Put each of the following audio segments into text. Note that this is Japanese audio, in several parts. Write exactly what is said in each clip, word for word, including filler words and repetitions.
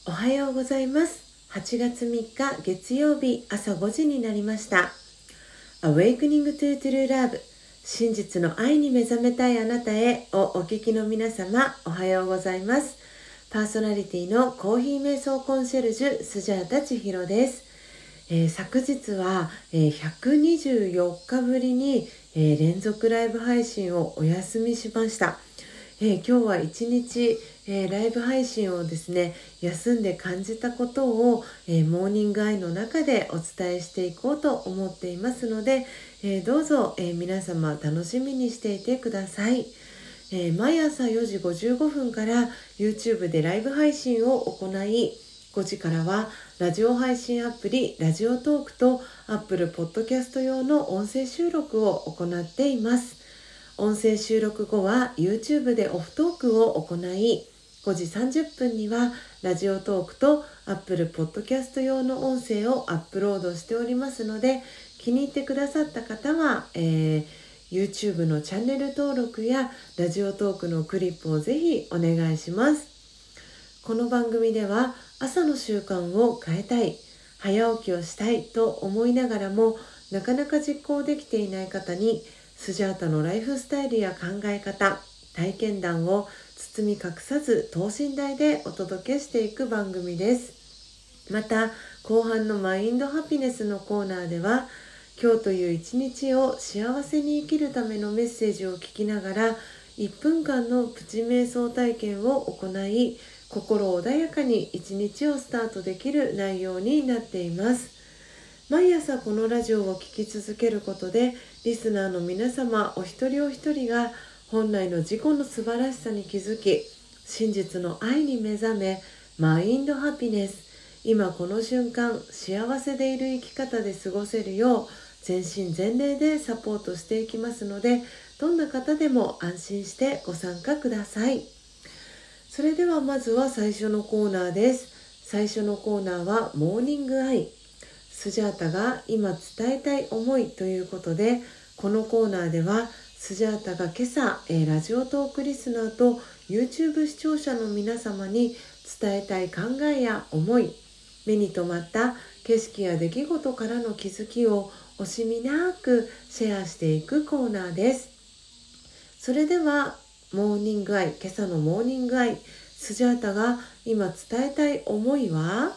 おはようございます。はちがつみっか月曜日朝ごじになりました。Awakening to True Love 真実の愛に目覚めたいあなたへをお聞きの皆様、おはようございます。パーソナリティのコーヒー瞑想コンシェルジュスジャータ千尋です。えー、昨日は、えー、ひゃくにじゅうよっかぶりに、えー、連続ライブ配信をお休みしました。えー、今日は一日、えー、ライブ配信をですね休んで感じたことを、えー、モーニングアイの中でお伝えしていこうと思っていますので、えー、どうぞ、えー、皆様楽しみにしていてください。えー、毎朝よじごじゅうごふんから YouTube でライブ配信を行い、ごじからはラジオ配信アプリラジオトークと Apple Podcast 用の音声収録を行っています。音声収録後は YouTube でオフトークを行い、ごじさんじゅっぷんにはラジオトークと Apple Podcast 用の音声をアップロードしておりますので、気に入ってくださった方は、えー、YouTube のチャンネル登録やラジオトークのクリップをぜひお願いします。この番組では朝の習慣を変えたい、早起きをしたいと思いながらもなかなか実行できていない方に、スジャータのライフスタイルや考え方、体験談を包み隠さず等身大でお届けしていく番組です。また後半のマインドハピネスのコーナーでは、今日という一日を幸せに生きるためのメッセージを聞きながらいっぷんかんのプチ瞑想体験を行い、心穏やかに一日をスタートできる内容になっています。毎朝このラジオを聴き続けることで、リスナーの皆様お一人お一人が本来の自己の素晴らしさに気づき、真実の愛に目覚め、マインドハピネス、今この瞬間幸せでいる生き方で過ごせるよう全身全霊でサポートしていきますので、どんな方でも安心してご参加ください。それではまずは最初のコーナーです。最初のコーナーはモーニングアイ。スジャータが今伝えたい思いということで、このコーナーではスジャータが今朝、えー、ラジオトークリスナーと YouTube 視聴者の皆様に伝えたい考えや思い、目に留まった景色や出来事からの気づきを惜しみなくシェアしていくコーナーです。それではモーニングアイ、今朝のモーニングアイ、スジャータが今伝えたい思いは、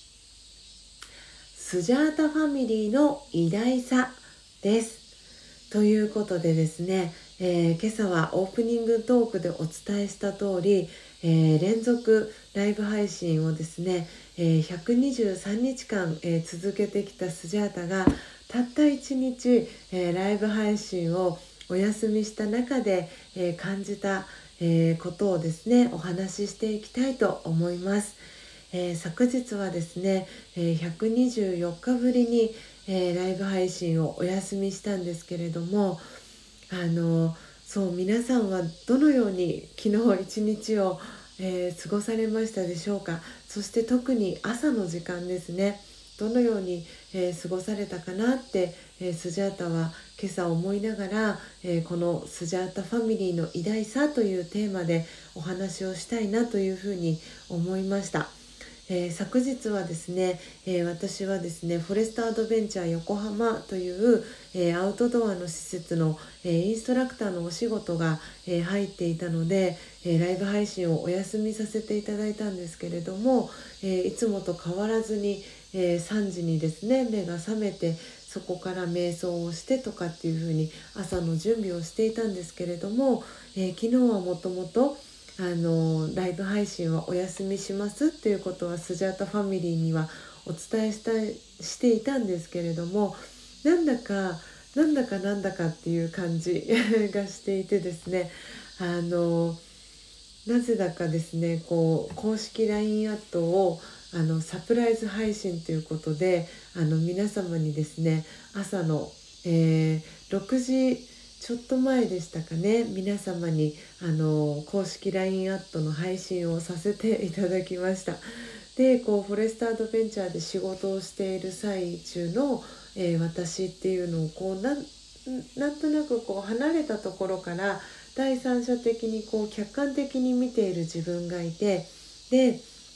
スジャータファミリーの偉大さです。ということでですね、えー、今朝はオープニングトークでお伝えした通り、えー、連続ライブ配信をですね、えー、ひゃくにじゅうさんにちかん、えー、続けてきたスジャータがたったいちにち、えー、ライブ配信をお休みした中で、えー、感じた、えー、ことをですねお話ししていきたいと思います。えー、昨日はですね、えー、ひゃくにじゅうよっかぶりに、えー、ライブ配信をお休みしたんですけれども、あのそう皆さんはどのように昨日一日を、えー、過ごされましたでしょうか。そして特に朝の時間ですね、どのように、えー、過ごされたかなって、えー、スジャータは今朝思いながら、えー、このスジャータファミリーの偉大さというテーマでお話をしたいなというふうに思いました。えー、昨日はですね、えー、私はですねフォレストアドベンチャー横浜という、えー、アウトドアの施設の、えー、インストラクターのお仕事が、えー、入っていたので、えー、ライブ配信をお休みさせていただいたんですけれども、えー、いつもと変わらずに、えー、さんじにですね目が覚めて、そこから瞑想をしてとかっていう風に朝の準備をしていたんですけれども、えー、昨日はもともとあのライブ配信はお休みしますっていうことはスジャータファミリーにはお伝えしたしていたんですけれども、なんだかなんだかなんだかっていう感じがしていてですね、あのなぜだかですねこう公式 ライン アットをあのサプライズ配信ということで、あの皆様にですね朝の、えー、ろくじちょっと前でしたかね、皆様にあの公式 ライン アットの配信をさせていただきました。でこうフォレストアドベンチャーで仕事をしている最中の、えー、私っていうのをこうなんなんとなくこう離れたところから第三者的にこう客観的に見ている自分がいて、で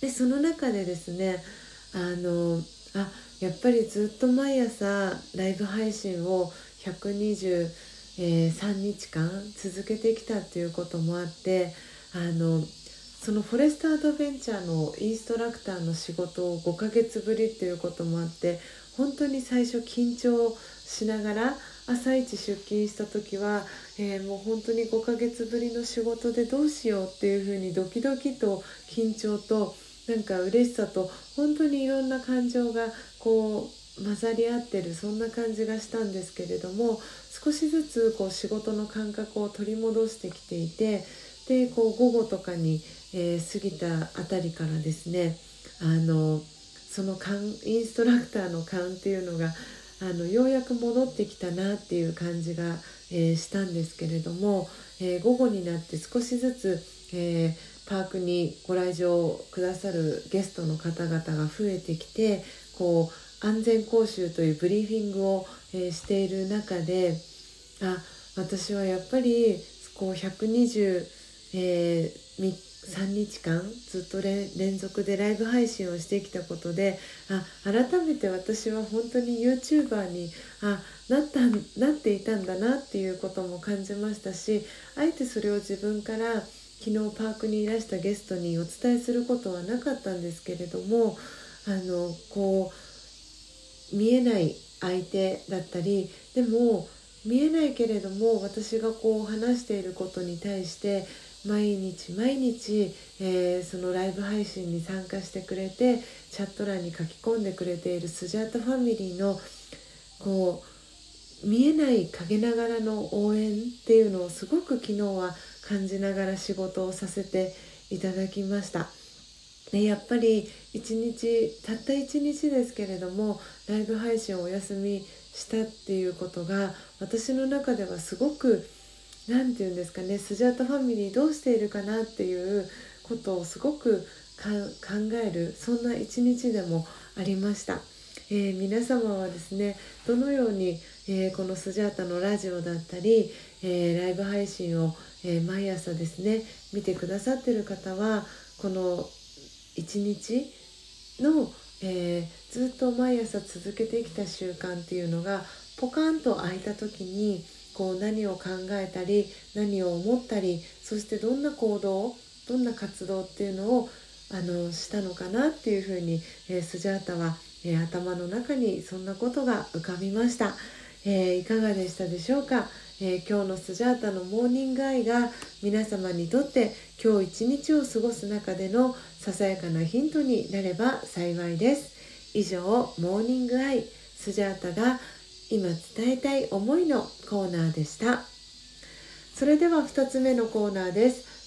でその中でですね、あのあやっぱりずっと毎朝ライブ配信をひゃくにじゅうさんにちかん続けてきたっていうこともあって、あのそのフォレストアドベンチャーのインストラクターの仕事をごかげつぶりっていうこともあって、本当に最初緊張しながら朝一出勤した時は、えーもう本当にごかげつぶりの仕事でどうしようっていうふうにドキドキと緊張となんか嬉しさと本当にいろんな感情がこう混ざり合ってる、そんな感じがしたんですけれども、少しずつこう仕事の感覚を取り戻してきていて、でこう午後とかに、えー過ぎたあたりからですね、あのその勘インストラクターの勘っていうのがあのようやく戻ってきたなっていう感じが、えーしたんですけれども、えー午後になって少しずつ、えーパークにご来場くださるゲストの方々が増えてきて、こう安全講習というブリーフィングを、えーしている中で、あ私はやっぱりこうひゃくにじゅう、えーさんにちかんずっと連連続でライブ配信をしてきたことで、あ改めて私は本当に YouTuber にあなったなっていたんだなっていうことも感じましたし、あえてそれを自分から昨日パークにいらしたゲストにお伝えすることはなかったんですけれども、あのこう見えない相手だったり、でも見えないけれども私がこう話していることに対して毎日毎日、えーそのライブ配信に参加してくれてチャット欄に書き込んでくれているスジャータファミリーのこう見えない陰ながらの応援っていうのをすごく昨日は感じながら仕事をさせていただきました。でやっぱり一日たった一日ですけれどもライブ配信をお休みしたっていうことが私の中ではすごくなんていうんですかね、スジャータファミリーどうしているかなっていうことをすごくか考える、そんな一日でもありました。えー皆様はですねどのように、えーこのスジャータのラジオだったり、えーライブ配信を、えー毎朝ですね見てくださっている方はこの一日の、えーずっと毎朝続けてきた習慣っていうのがポカンと開いた時にこう何を考えたり何を思ったり、そしてどんな行動どんな活動っていうのをあのしたのかなっていうふうに、えースジャータは、えー頭の中にそんなことが浮かびました。えーいかがでしたでしょうか。えー今日のスジャータのモーニングアイが皆様にとって今日一日を過ごす中でのささやかなヒントになれば幸いです。以上、モーニングアイスジャータが今伝えたい思いのコーナーでした。それではふたつめのコーナーです。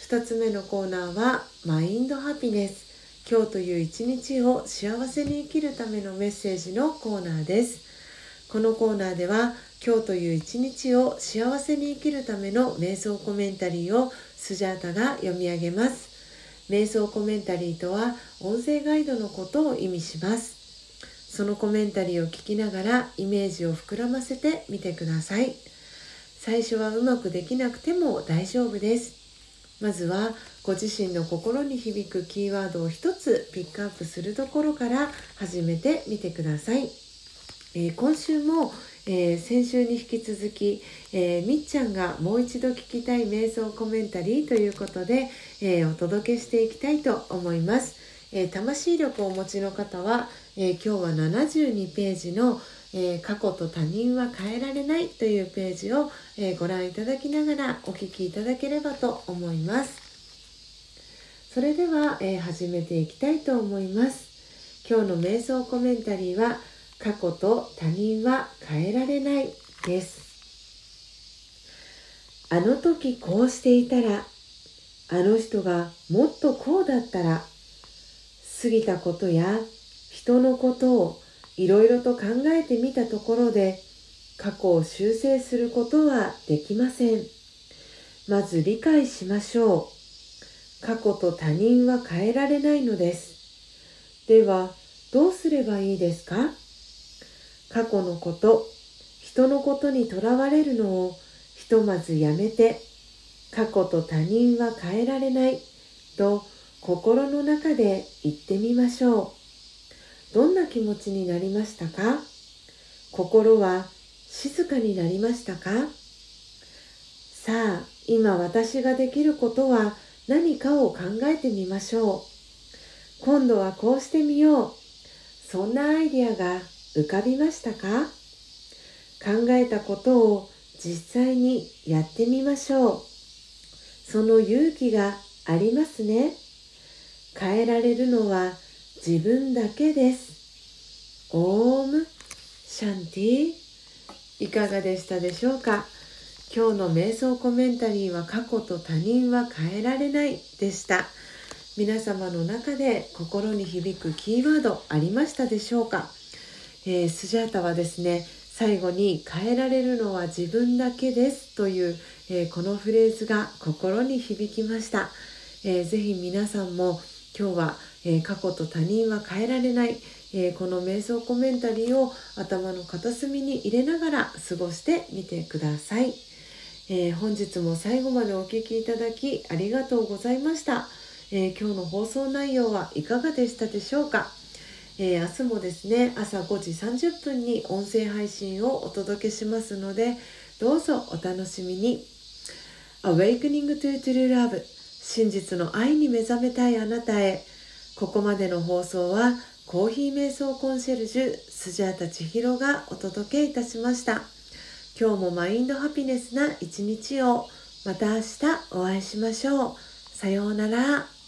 ふたつめのコーナーはマインドハピネス。今日という一日を幸せに生きるためのメッセージのコーナーです。このコーナーでは今日という一日を幸せに生きるための瞑想コメンタリーをスジャータが読み上げます。瞑想コメンタリーとは音声ガイドのことを意味します。そのコメンタリーを聞きながらイメージを膨らませてみてください。最初はうまくできなくても大丈夫です。まずはご自身の心に響くキーワードを一つピックアップするところから始めてみてください。えー今週も、えー先週に引き続き、えーみっちゃんがもう一度聞きたい瞑想コメンタリーということで、えーお届けしていきたいと思います。えー魂力をお持ちの方は、えー今日はななじゅうにページの、えー過去と他人は変えられないというページを、えーご覧いただきながらお聞きいただければと思います。それでは、えー始めていきたいと思います。今日の瞑想コメンタリーは過去と他人は変えられないです。あの時こうしていたら、あの人がもっとこうだったら、過ぎたことや人のことをいろいろと考えてみたところで過去を修正することはできません。まず理解しましょう。過去と他人は変えられないのです。ではどうすればいいですか？過去のこと、人のことにとらわれるのをひとまずやめて、過去と他人は変えられないと心の中で言ってみましょう。どんな気持ちになりましたか？心は静かになりましたか？さあ、今私ができることは何かを考えてみましょう。今度はこうしてみよう。そんなアイディアが浮かびましたか？考えたことを実際にやってみましょう。その勇気がありますね。変えられるのは自分だけです。オームシャンティ。いかがでしたでしょうか？今日の瞑想コメンタリーは過去と他人は変えられないでした。皆様の中で心に響くキーワードありましたでしょうか？えー、スジャータはですね、最後に変えられるのは自分だけですという、えー、このフレーズが心に響きました。えー、ぜひ皆さんも今日は、えー、過去と他人は変えられない、えー、この瞑想コメンタリーを頭の片隅に入れながら過ごしてみてください。えー、本日も最後までお聞きいただきありがとうございました。えー、今日の放送内容はいかがでしたでしょうか？えー、明日もですね、朝ごじさんじゅっぷんに音声配信をお届けしますので、どうぞお楽しみに。Awakening to True Love、 真実の愛に目覚めたいあなたへ。ここまでの放送はコーヒー瞑想コンシェルジュスジャータ千尋がお届けいたしました。今日もマインドハピネスな一日を。また明日お会いしましょう。さようなら。